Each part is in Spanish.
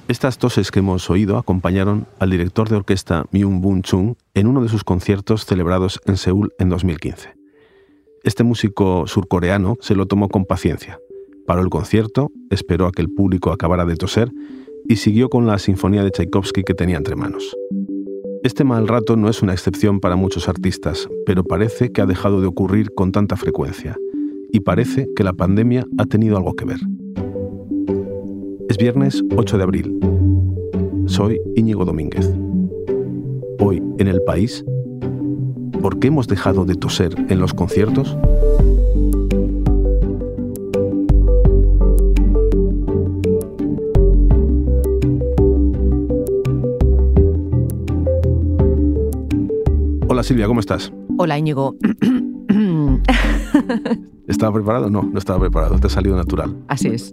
Estas toses que hemos oído acompañaron al director de orquesta Myung-Bun Chung en uno de sus conciertos celebrados en Seúl en 2015. Este músico surcoreano se lo tomó con paciencia. Paró el concierto, esperó a que el público acabara de toser y siguió con la sinfonía de Tchaikovsky que tenía entre manos. Este mal rato no es una excepción para muchos artistas, pero parece que ha dejado de ocurrir con tanta frecuencia. Y parece que la pandemia ha tenido algo que ver. Es viernes 8 de abril. Soy Íñigo Domínguez. Hoy, en El País, ¿por qué hemos dejado de toser en los conciertos? Hola Silvia, ¿cómo estás? Hola Íñigo. ¿Estaba preparado? No estaba preparado, te ha salido natural. Así es.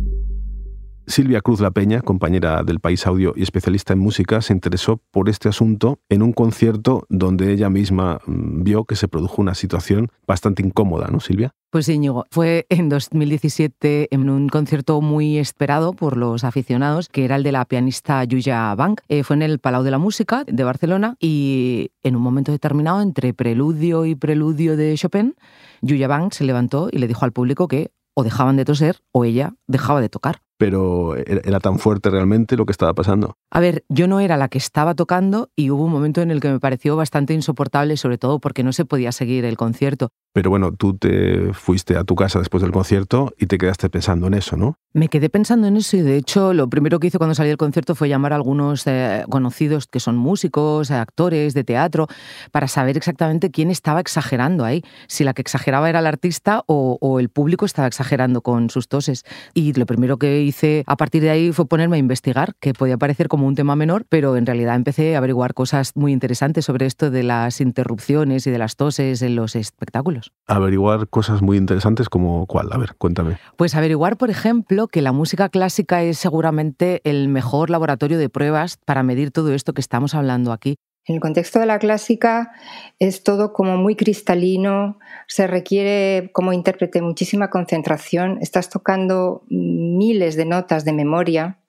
Silvia Cruz La Peña, compañera del País Audio y especialista en música, se interesó por este asunto en un concierto donde ella misma vio que se produjo una situación bastante incómoda, ¿no, Silvia? Pues Íñigo, fue en 2017 en un concierto muy esperado por los aficionados, que era el de la pianista Yuya Bang. Fue en el Palau de la Música de Barcelona y en un momento determinado, entre preludio y preludio de Chopin, Yuya Bang se levantó y le dijo al público que o dejaban de toser o ella dejaba de tocar. Pero ¿era tan fuerte realmente lo que estaba pasando? A ver, yo no era la que estaba tocando y hubo un momento en el que me pareció bastante insoportable, sobre todo porque no se podía seguir el concierto. Pero bueno, tú te fuiste a tu casa después del concierto y te quedaste pensando en eso, ¿no? Me quedé pensando en eso y de hecho lo primero que hice cuando salí del concierto fue llamar a algunos conocidos que son músicos, actores de teatro, para saber exactamente quién estaba exagerando ahí, si la que exageraba era el artista o el público estaba exagerando con sus toses. Y lo primero que hice a partir de ahí fue ponerme a investigar, que podía parecer como un tema menor, pero en realidad empecé a averiguar cosas muy interesantes sobre esto de las interrupciones y de las toses en los espectáculos. Averiguar cosas muy interesantes como ¿cuál? A ver, cuéntame. Pues averiguar, por ejemplo, que la música clásica es seguramente el mejor laboratorio de pruebas para medir todo esto que estamos hablando aquí. En el contexto de la clásica es todo como muy cristalino, se requiere como intérprete muchísima concentración, estás tocando miles de notas de memoria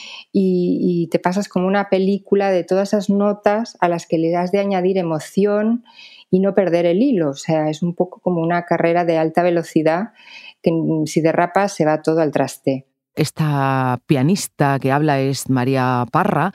y te pasas como una película de todas esas notas a las que le has de añadir emoción y no perder el hilo. O sea, es un poco como una carrera de alta velocidad que si derrapas se va todo al traste. Esta pianista que habla es María Parra.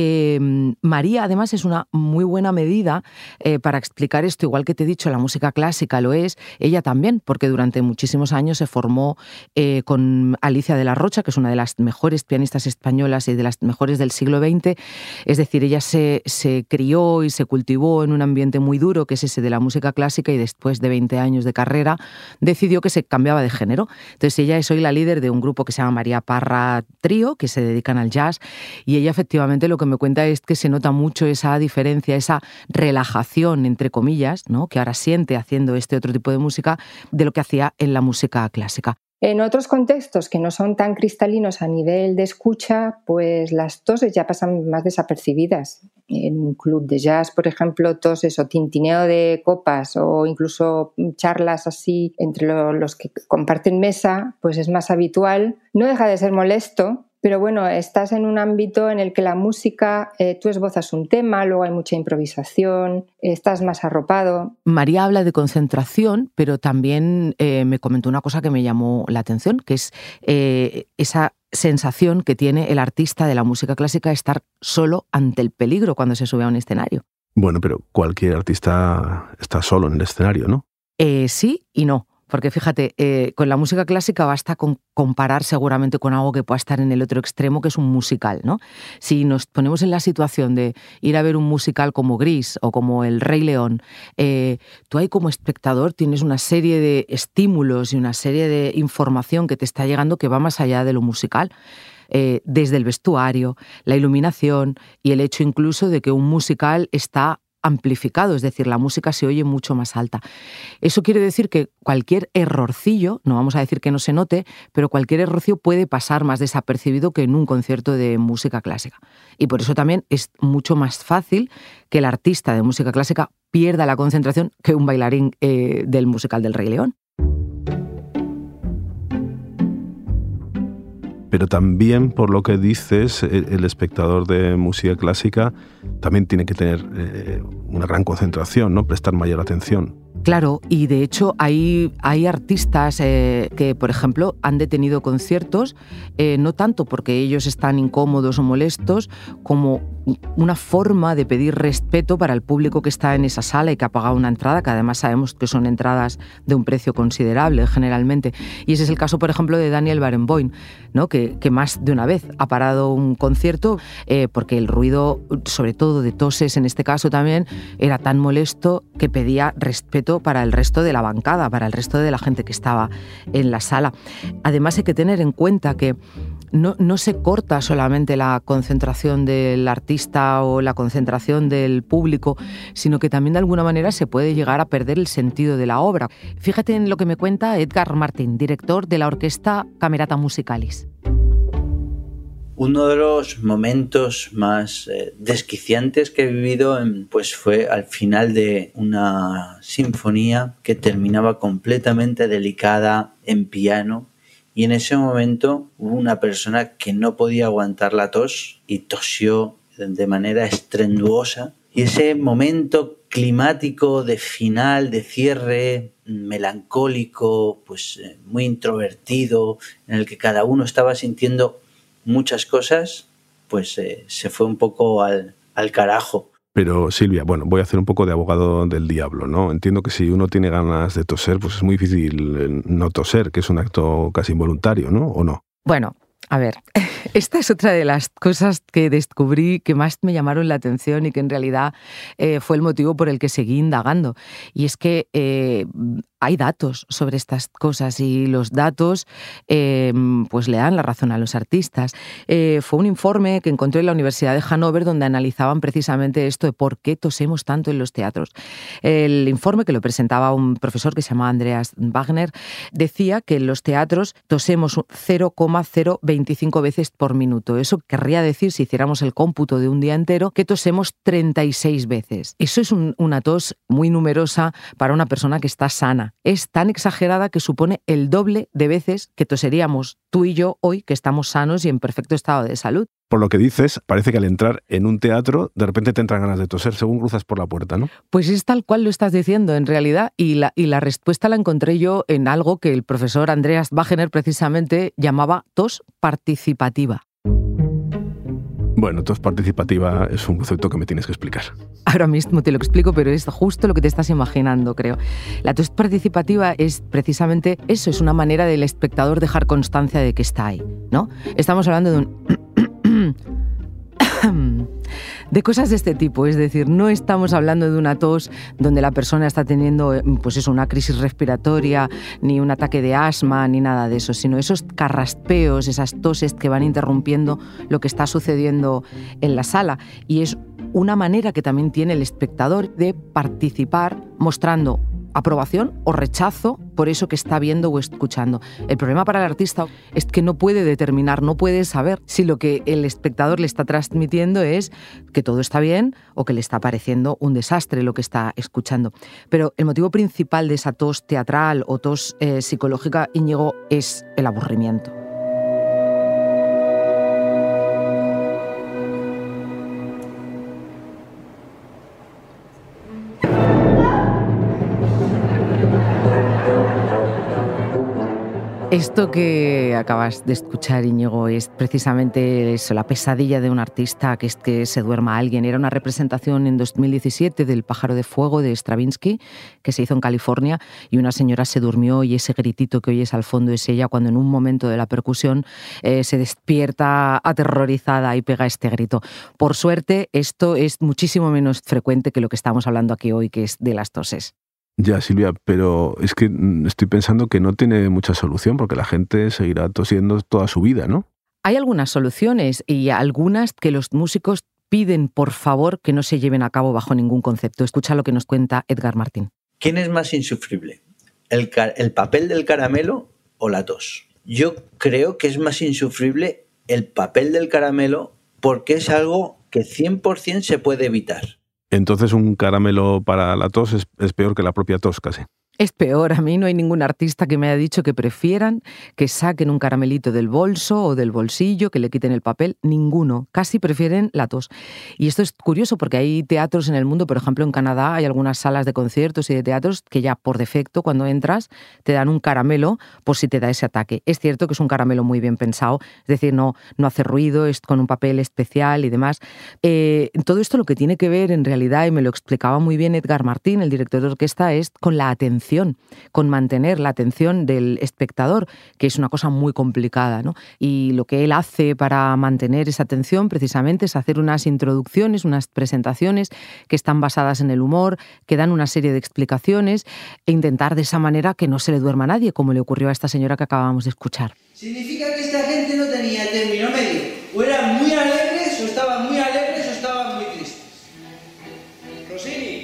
María, además, es una muy buena medida para explicar esto, igual que te he dicho, la música clásica lo es, ella también, porque durante muchísimos años se formó con Alicia de la Rocha, que es una de las mejores pianistas españolas y de las mejores del siglo XX. Es decir, ella se crió y se cultivó en un ambiente muy duro, que es ese de la música clásica, y después de 20 años de carrera decidió que se cambiaba de género. Entonces ella es hoy la líder de un grupo que se llama María Parra Trío, que se dedican al jazz, y ella efectivamente lo que me cuenta es que se nota mucho esa diferencia, esa relajación, entre comillas, ¿no?, que ahora siente haciendo este otro tipo de música de lo que hacía en la música clásica. En otros contextos que no son tan cristalinos a nivel de escucha, pues las toses ya pasan más desapercibidas. En un club de jazz, por ejemplo, toses o tintineo de copas o incluso charlas así entre los que comparten mesa, pues es más habitual. No deja de ser molesto, pero bueno, estás en un ámbito en el que la música, tú esbozas un tema, luego hay mucha improvisación, estás más arropado. María habla de concentración, pero también me comentó una cosa que me llamó la atención, que es esa sensación que tiene el artista de la música clásica de estar solo ante el peligro cuando se sube a un escenario. Bueno, pero cualquier artista está solo en el escenario, ¿no? Sí y no. Porque fíjate, con la música clásica basta con comparar seguramente con algo que pueda estar en el otro extremo, que es un musical, ¿no? Si nos ponemos en la situación de ir a ver un musical como Gris o como El Rey León, tú ahí como espectador tienes una serie de estímulos y una serie de información que te está llegando que va más allá de lo musical. Desde el vestuario, la iluminación y el hecho incluso de que un musical está amplificado, es decir, la música se oye mucho más alta. Eso quiere decir que cualquier errorcillo, no vamos a decir que no se note, pero cualquier errorcillo puede pasar más desapercibido que en un concierto de música clásica. Y por eso también es mucho más fácil que el artista de música clásica pierda la concentración que un bailarín del musical del Rey León. Pero también, por lo que dices, el espectador de música clásica también tiene que tener una gran concentración, ¿no? Prestar mayor atención. Claro, y de hecho hay artistas que, por ejemplo, han detenido conciertos, no tanto porque ellos están incómodos o molestos, como una forma de pedir respeto para el público que está en esa sala y que ha pagado una entrada, que además sabemos que son entradas de un precio considerable generalmente. Y ese es el caso, por ejemplo, de Daniel Barenboim, ¿no? que más de una vez ha parado un concierto porque el ruido, sobre todo de toses en este caso también, era tan molesto que pedía respeto para el resto de la bancada, para el resto de la gente que estaba en la sala. Además hay que tener en cuenta que no se corta solamente la concentración del artista o la concentración del público, sino que también de alguna manera se puede llegar a perder el sentido de la obra. Fíjate en lo que me cuenta Edgar Martín, director de la orquesta Camerata Musicalis. Uno de los momentos más desquiciantes que he vivido pues fue al final de una sinfonía que terminaba completamente delicada en piano, y en ese momento hubo una persona que no podía aguantar la tos y tosió de manera estruendosa, y ese momento climático de final, de cierre, melancólico, pues muy introvertido, en el que cada uno estaba sintiendo muchas cosas, pues se fue un poco al carajo. Pero Silvia, bueno, voy a hacer un poco de abogado del diablo, ¿no? Entiendo que si uno tiene ganas de toser, pues es muy difícil no toser, que es un acto casi involuntario, ¿no? ¿O no? Bueno, a ver, esta es otra de las cosas que descubrí que más me llamaron la atención y que en realidad fue el motivo por el que seguí indagando. Y es que hay datos sobre estas cosas y los datos pues le dan la razón a los artistas. Fue un informe que encontré en la Universidad de Hannover donde analizaban precisamente esto de por qué tosemos tanto en los teatros. El informe, que lo presentaba un profesor que se llama Andreas Wagner, decía que en los teatros tosemos 0,025 veces por minuto. Eso querría decir, si hiciéramos el cómputo de un día entero, que tosemos 36 veces. Eso es una tos muy numerosa para una persona que está sana. Es tan exagerada que supone el doble de veces que toseríamos tú y yo hoy, que estamos sanos y en perfecto estado de salud. Por lo que dices, parece que al entrar en un teatro, de repente te entran ganas de toser según cruzas por la puerta, ¿no? Pues es tal cual lo estás diciendo, en realidad, y la respuesta la encontré yo en algo que el profesor Andreas Wagner precisamente llamaba tos participativa. Bueno, tos participativa es un concepto que me tienes que explicar. Ahora mismo te lo explico, pero es justo lo que te estás imaginando, creo. La tos participativa es precisamente eso, es una manera del espectador dejar constancia de que está ahí, ¿no? Estamos hablando de de cosas de este tipo, es decir, no estamos hablando de una tos donde la persona está teniendo pues eso, una crisis respiratoria, ni un ataque de asma, ni nada de eso, sino esos carraspeos, esas toses que van interrumpiendo lo que está sucediendo en la sala. Y es una manera que también tiene el espectador de participar mostrando aprobación o rechazo por eso que está viendo o escuchando. El problema para el artista es que no puede determinar, no puede saber si lo que el espectador le está transmitiendo es que todo está bien o que le está pareciendo un desastre lo que está escuchando. Pero el motivo principal de esa tos teatral o tos psicológica, Íñigo, es el aburrimiento. Esto que acabas de escuchar, Íñigo, es precisamente eso, la pesadilla de un artista, que es que se duerma alguien. Era una representación en 2017 del Pájaro de Fuego de Stravinsky, que se hizo en California, y una señora se durmió y ese gritito que oyes al fondo es ella cuando en un momento de la percusión se despierta aterrorizada y pega este grito. Por suerte, esto es muchísimo menos frecuente que lo que estamos hablando aquí hoy, que es de las toses. Ya, Silvia, pero es que estoy pensando que no tiene mucha solución porque la gente seguirá tosiendo toda su vida, ¿no? Hay algunas soluciones y algunas que los músicos piden, por favor, que no se lleven a cabo bajo ningún concepto. Escucha lo que nos cuenta Edgar Martín. ¿Quién es más insufrible? ¿El papel del caramelo o la tos? Yo creo que es más insufrible el papel del caramelo porque es algo que 100% se puede evitar. Entonces un caramelo para la tos es peor que la propia tos, casi. Es peor, a mí no hay ningún artista que me haya dicho que prefieran que saquen un caramelito del bolso o del bolsillo, que le quiten el papel, ninguno. Casi prefieren la tos. Y esto es curioso porque hay teatros en el mundo, por ejemplo en Canadá hay algunas salas de conciertos y de teatros que ya por defecto cuando entras te dan un caramelo por si te da ese ataque. Es cierto que es un caramelo muy bien pensado, es decir, no hace ruido, es con un papel especial y demás. Todo esto lo que tiene que ver en realidad, y me lo explicaba muy bien Edgar Martín, el director de orquesta, es con la atención, con mantener la atención del espectador, que es una cosa muy complicada, ¿no? Y lo que él hace para mantener esa atención precisamente es hacer unas introducciones, unas presentaciones que están basadas en el humor, que dan una serie de explicaciones e intentar de esa manera que no se le duerma a nadie, como le ocurrió a esta señora que acabamos de escuchar. Significa que esta gente no tenía término medio, o eran muy alegres, o estaban muy alegres, o estaban muy tristes. Rossini.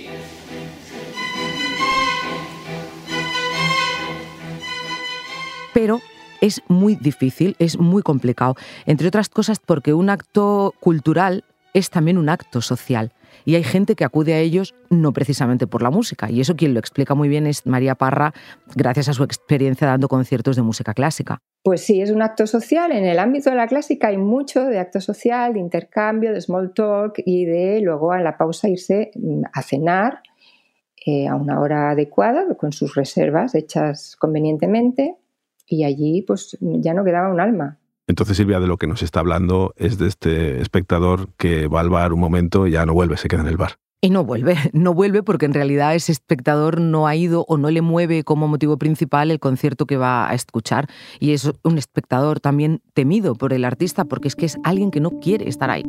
Pero es muy difícil, es muy complicado, entre otras cosas porque un acto cultural es también un acto social. Y hay gente que acude a ellos no precisamente por la música. Y eso quien lo explica muy bien es María Parra, gracias a su experiencia dando conciertos de música clásica. Pues sí, es un acto social. En el ámbito de la clásica hay mucho de acto social, de intercambio, de small talk y de luego a la pausa irse a cenar a una hora adecuada, con sus reservas hechas convenientemente, y allí pues ya no quedaba un alma. Entonces, Silvia, de lo que nos está hablando es de este espectador que va al bar un momento y ya no vuelve, se queda en el bar. Y no vuelve porque en realidad ese espectador no ha ido o no le mueve como motivo principal el concierto que va a escuchar. Y es un espectador también temido por el artista porque es que es alguien que no quiere estar ahí.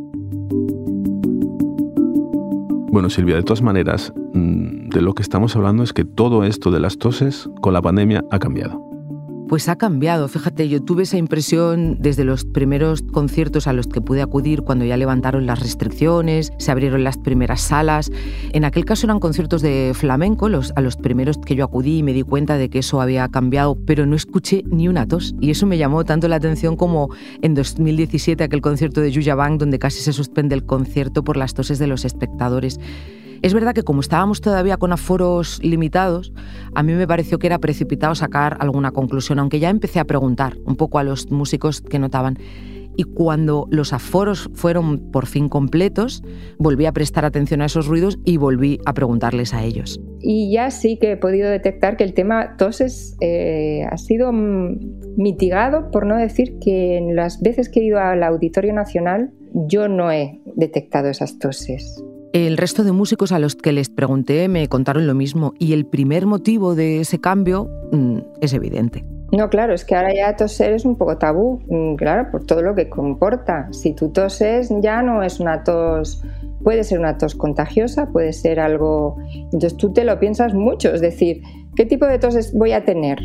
Bueno, Silvia, de todas maneras, de lo que estamos hablando es que todo esto de las toses con la pandemia ha cambiado. Pues ha cambiado, fíjate, yo tuve esa impresión desde los primeros conciertos a los que pude acudir cuando ya levantaron las restricciones, se abrieron las primeras salas. En aquel caso eran conciertos de flamenco, a los primeros que yo acudí y me di cuenta de que eso había cambiado, pero no escuché ni una tos. Y eso me llamó tanto la atención como en 2017 aquel concierto de Yuya Bang donde casi se suspende el concierto por las toses de los espectadores. Es verdad que como estábamos todavía con aforos limitados, a mí me pareció que era precipitado sacar alguna conclusión, aunque ya empecé a preguntar un poco a los músicos que notaban. Y cuando los aforos fueron por fin completos, volví a prestar atención a esos ruidos y volví a preguntarles a ellos. Y ya sí que he podido detectar que el tema toses ha sido mitigado, por no decir que en las veces que he ido al Auditorio Nacional yo no he detectado esas toses. El resto de músicos a los que les pregunté me contaron lo mismo y el primer motivo de ese cambio es evidente. No, claro, es que ahora ya toser es un poco tabú, claro, por todo lo que comporta. Si tú toses ya no es una tos, puede ser una tos contagiosa, puede ser algo... Entonces tú te lo piensas mucho, es decir, ¿qué tipo de toses voy a tener?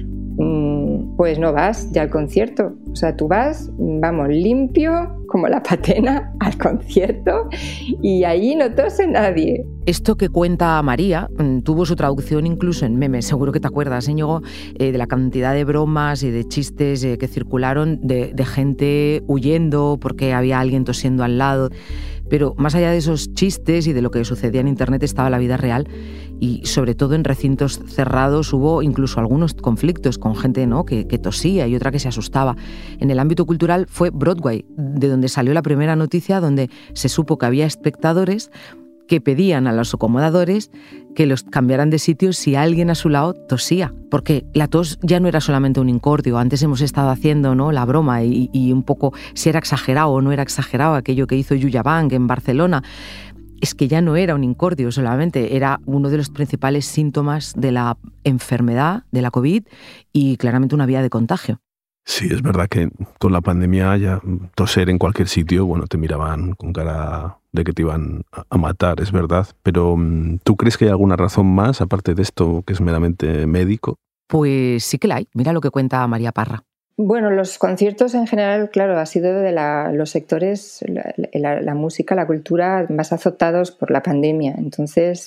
Pues no vas ya al concierto, o sea, tú vas, vamos, limpio como la patena al concierto y allí no tose nadie. Esto que cuenta María tuvo su traducción incluso en memes, seguro que te acuerdas, Íñigo, de la cantidad de bromas y de chistes que circularon de gente huyendo porque había alguien tosiendo al lado. Pero más allá de esos chistes y de lo que sucedía en Internet estaba la vida real y sobre todo en recintos cerrados hubo incluso algunos conflictos con gente, ¿no?, que tosía y otra que se asustaba. En el ámbito cultural fue Broadway, de donde salió la primera noticia donde se supo que había espectadores que pedían a los acomodadores que los cambiaran de sitio si alguien a su lado tosía. Porque la tos ya no era solamente un incordio. Antes hemos estado haciendo, ¿no?, la broma y un poco si era exagerado o no era exagerado aquello que hizo Yuya Bang en Barcelona. Es que ya no era un incordio solamente, era uno de los principales síntomas de la enfermedad, de la COVID, y claramente una vía de contagio. Sí, es verdad que con la pandemia ya toser en cualquier sitio, bueno, te miraban con cara de que te iban a matar, es verdad. Pero ¿tú crees que hay alguna razón más, aparte de esto que es meramente médico? Pues sí que la hay. Mira lo que cuenta María Parra. Bueno, los conciertos en general, claro, ha sido de los sectores, la música, la cultura más azotados por la pandemia. Entonces,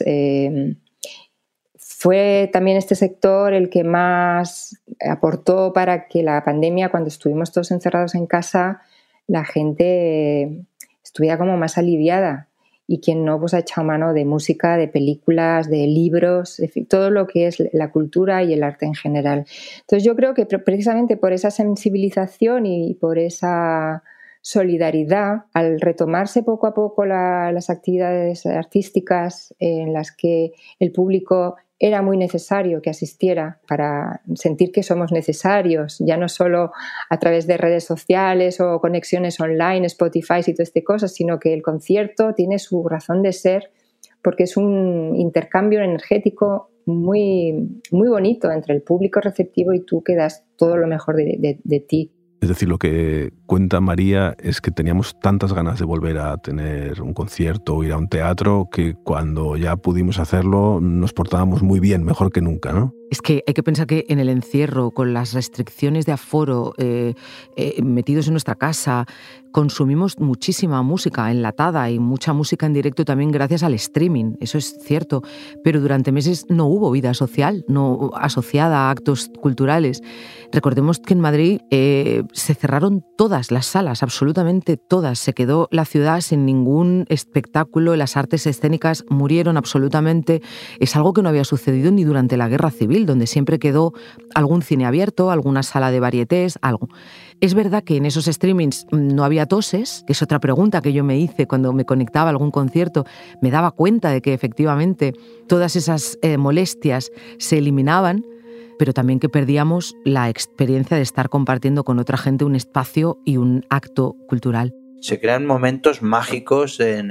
fue también este sector el que más aportó para que la pandemia, cuando estuvimos todos encerrados en casa, la gente estuviera como más aliviada. y quien no pues ha echado mano de música, de películas, de libros, de todo lo que es la cultura y el arte en general. Entonces yo creo que precisamente por esa sensibilización y por esa solidaridad, al retomarse poco a poco las actividades artísticas en las que el público era muy necesario que asistiera para sentir que somos necesarios, ya no solo a través de redes sociales o conexiones online, Spotify y todas estas cosas, sino que el concierto tiene su razón de ser porque es un intercambio energético muy, muy bonito entre el público receptivo y tú que das todo lo mejor de ti. Es decir, lo que cuenta María es que teníamos tantas ganas de volver a tener un concierto o ir a un teatro que cuando ya pudimos hacerlo nos portábamos muy bien, mejor que nunca, ¿no? Es que hay que pensar que en el encierro, con las restricciones de aforo, metidos en nuestra casa, consumimos muchísima música enlatada y mucha música en directo también gracias al streaming, eso es cierto, pero durante meses no hubo vida social, no asociada a actos culturales. Recordemos que en Madrid se cerraron todas las salas, absolutamente todas, se quedó la ciudad sin ningún espectáculo, las artes escénicas murieron absolutamente, es algo que no había sucedido ni durante la Guerra Civil, donde siempre quedó algún cine abierto, alguna sala de varietés, algo. Es verdad que en esos streamings no había toses, que es otra pregunta que yo me hice cuando me conectaba a algún concierto, me daba cuenta de que efectivamente todas esas molestias se eliminaban, pero también que perdíamos la experiencia de estar compartiendo con otra gente un espacio y un acto cultural. Se crean momentos mágicos en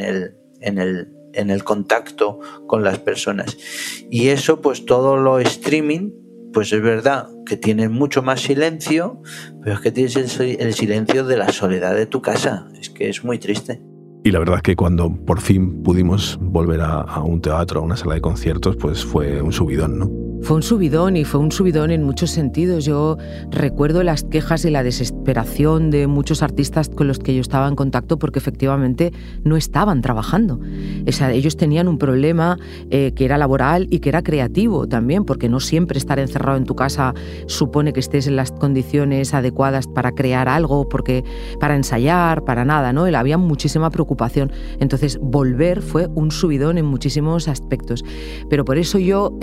el contacto con las personas. Y eso, pues todo lo streaming, pues es verdad que tienes mucho más silencio, pero es que tienes el silencio de la soledad de tu casa. Es que es muy triste. Y la verdad es que cuando por fin pudimos volver a un teatro, a una sala de conciertos, pues fue un subidón, ¿no? Fue un subidón y fue un subidón en muchos sentidos. Yo recuerdo las quejas y la desesperación de muchos artistas con los que yo estaba en contacto porque efectivamente no estaban trabajando. O sea, ellos tenían un problema que era laboral y que era creativo también, porque no siempre estar encerrado en tu casa supone que estés en las condiciones adecuadas para crear algo, porque para ensayar, para nada, ¿no? Había muchísima preocupación. Entonces, volver fue un subidón en muchísimos aspectos. Pero por eso yo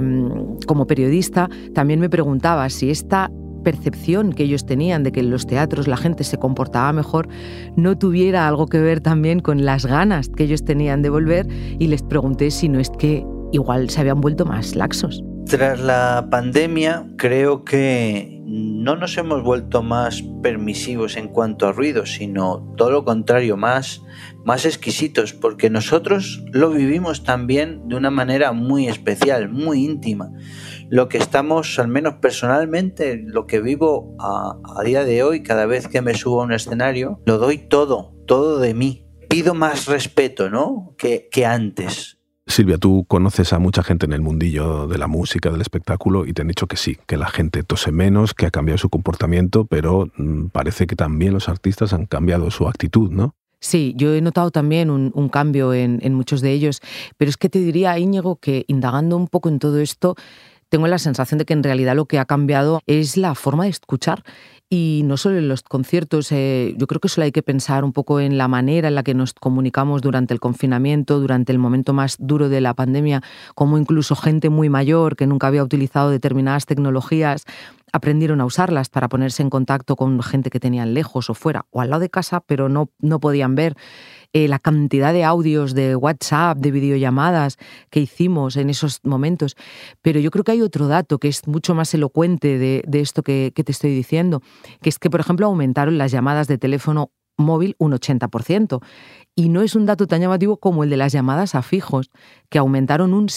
como periodista, también me preguntaba si esta percepción que ellos tenían de que en los teatros la gente se comportaba mejor no tuviera algo que ver también con las ganas que ellos tenían de volver, y les pregunté si no es que igual se habían vuelto más laxos. Tras la pandemia, creo que no nos hemos vuelto más permisivos en cuanto a ruido, sino todo lo contrario, más exquisitos, porque nosotros lo vivimos también de una manera muy especial, muy íntima. Lo que estamos, al menos personalmente, lo que vivo a día de hoy, cada vez que me subo a un escenario, lo doy todo de mí. Pido más respeto, ¿no?, que antes. Silvia, tú conoces a mucha gente en el mundillo de la música, del espectáculo, y te han dicho que sí, que la gente tose menos, que ha cambiado su comportamiento, pero parece que también los artistas han cambiado su actitud, ¿no? Sí, yo he notado también un cambio en muchos de ellos, pero es que te diría, Íñigo, que indagando un poco en todo esto, tengo la sensación de que en realidad lo que ha cambiado es la forma de escuchar. Y no solo en los conciertos, yo creo que solo hay que pensar un poco en la manera en la que nos comunicamos durante el confinamiento, durante el momento más duro de la pandemia, como incluso gente muy mayor que nunca había utilizado determinadas tecnologías aprendieron a usarlas para ponerse en contacto con gente que tenían lejos o fuera o al lado de casa, pero no podían ver. La cantidad de audios de WhatsApp, de videollamadas que hicimos en esos momentos. Pero yo creo que hay otro dato que es mucho más elocuente de esto que te estoy diciendo, que es que, por ejemplo, aumentaron las llamadas de teléfono móvil un 80%. Y no es un dato tan llamativo como el de las llamadas a fijos, que aumentaron un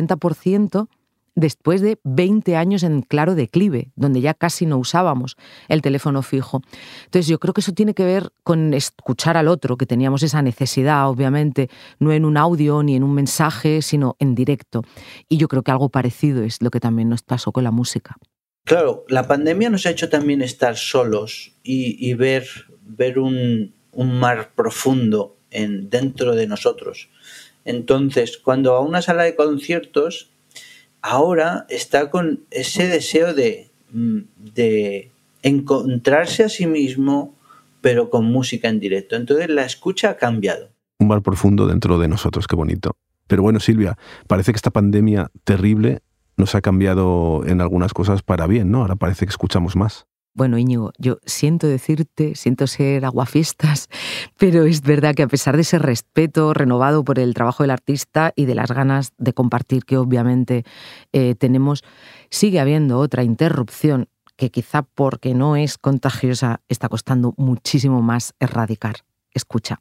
60%, después de 20 años en claro declive, donde ya casi no usábamos el teléfono fijo. Entonces yo creo que eso tiene que ver con escuchar al otro, que teníamos esa necesidad, obviamente, no en un audio ni en un mensaje, sino en directo. Y yo creo que algo parecido es lo que también nos pasó con la música. Claro, la pandemia nos ha hecho también estar solos y ver un mar profundo dentro de nosotros. Entonces, cuando a una sala de conciertos ahora está con ese deseo de encontrarse a sí mismo, pero con música en directo. Entonces la escucha ha cambiado. Un mar profundo dentro de nosotros, qué bonito. Pero bueno, Silvia, parece que esta pandemia terrible nos ha cambiado en algunas cosas para bien, ¿no? Ahora parece que escuchamos más. Bueno, Íñigo, yo siento ser aguafiestas, pero es verdad que a pesar de ese respeto renovado por el trabajo del artista y de las ganas de compartir que obviamente tenemos, sigue habiendo otra interrupción que quizá porque no es contagiosa está costando muchísimo más erradicar. Escucha.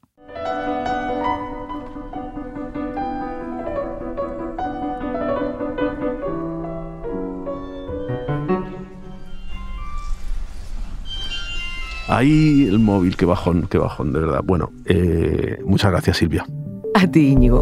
Ahí el móvil, qué bajón, de verdad. Bueno, muchas gracias, Silvia. A ti, Íñigo.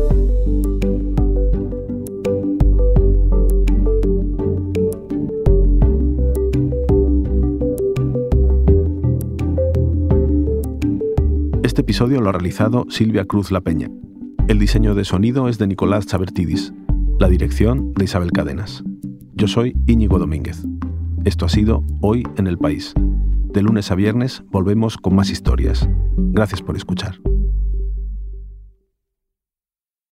Este episodio lo ha realizado Silvia Cruz La Peña. El diseño de sonido es de Nicolás Chabertidis. La dirección de Isabel Cadenas. Yo soy Íñigo Domínguez. Esto ha sido Hoy en el País. De lunes a viernes volvemos con más historias. Gracias por escuchar.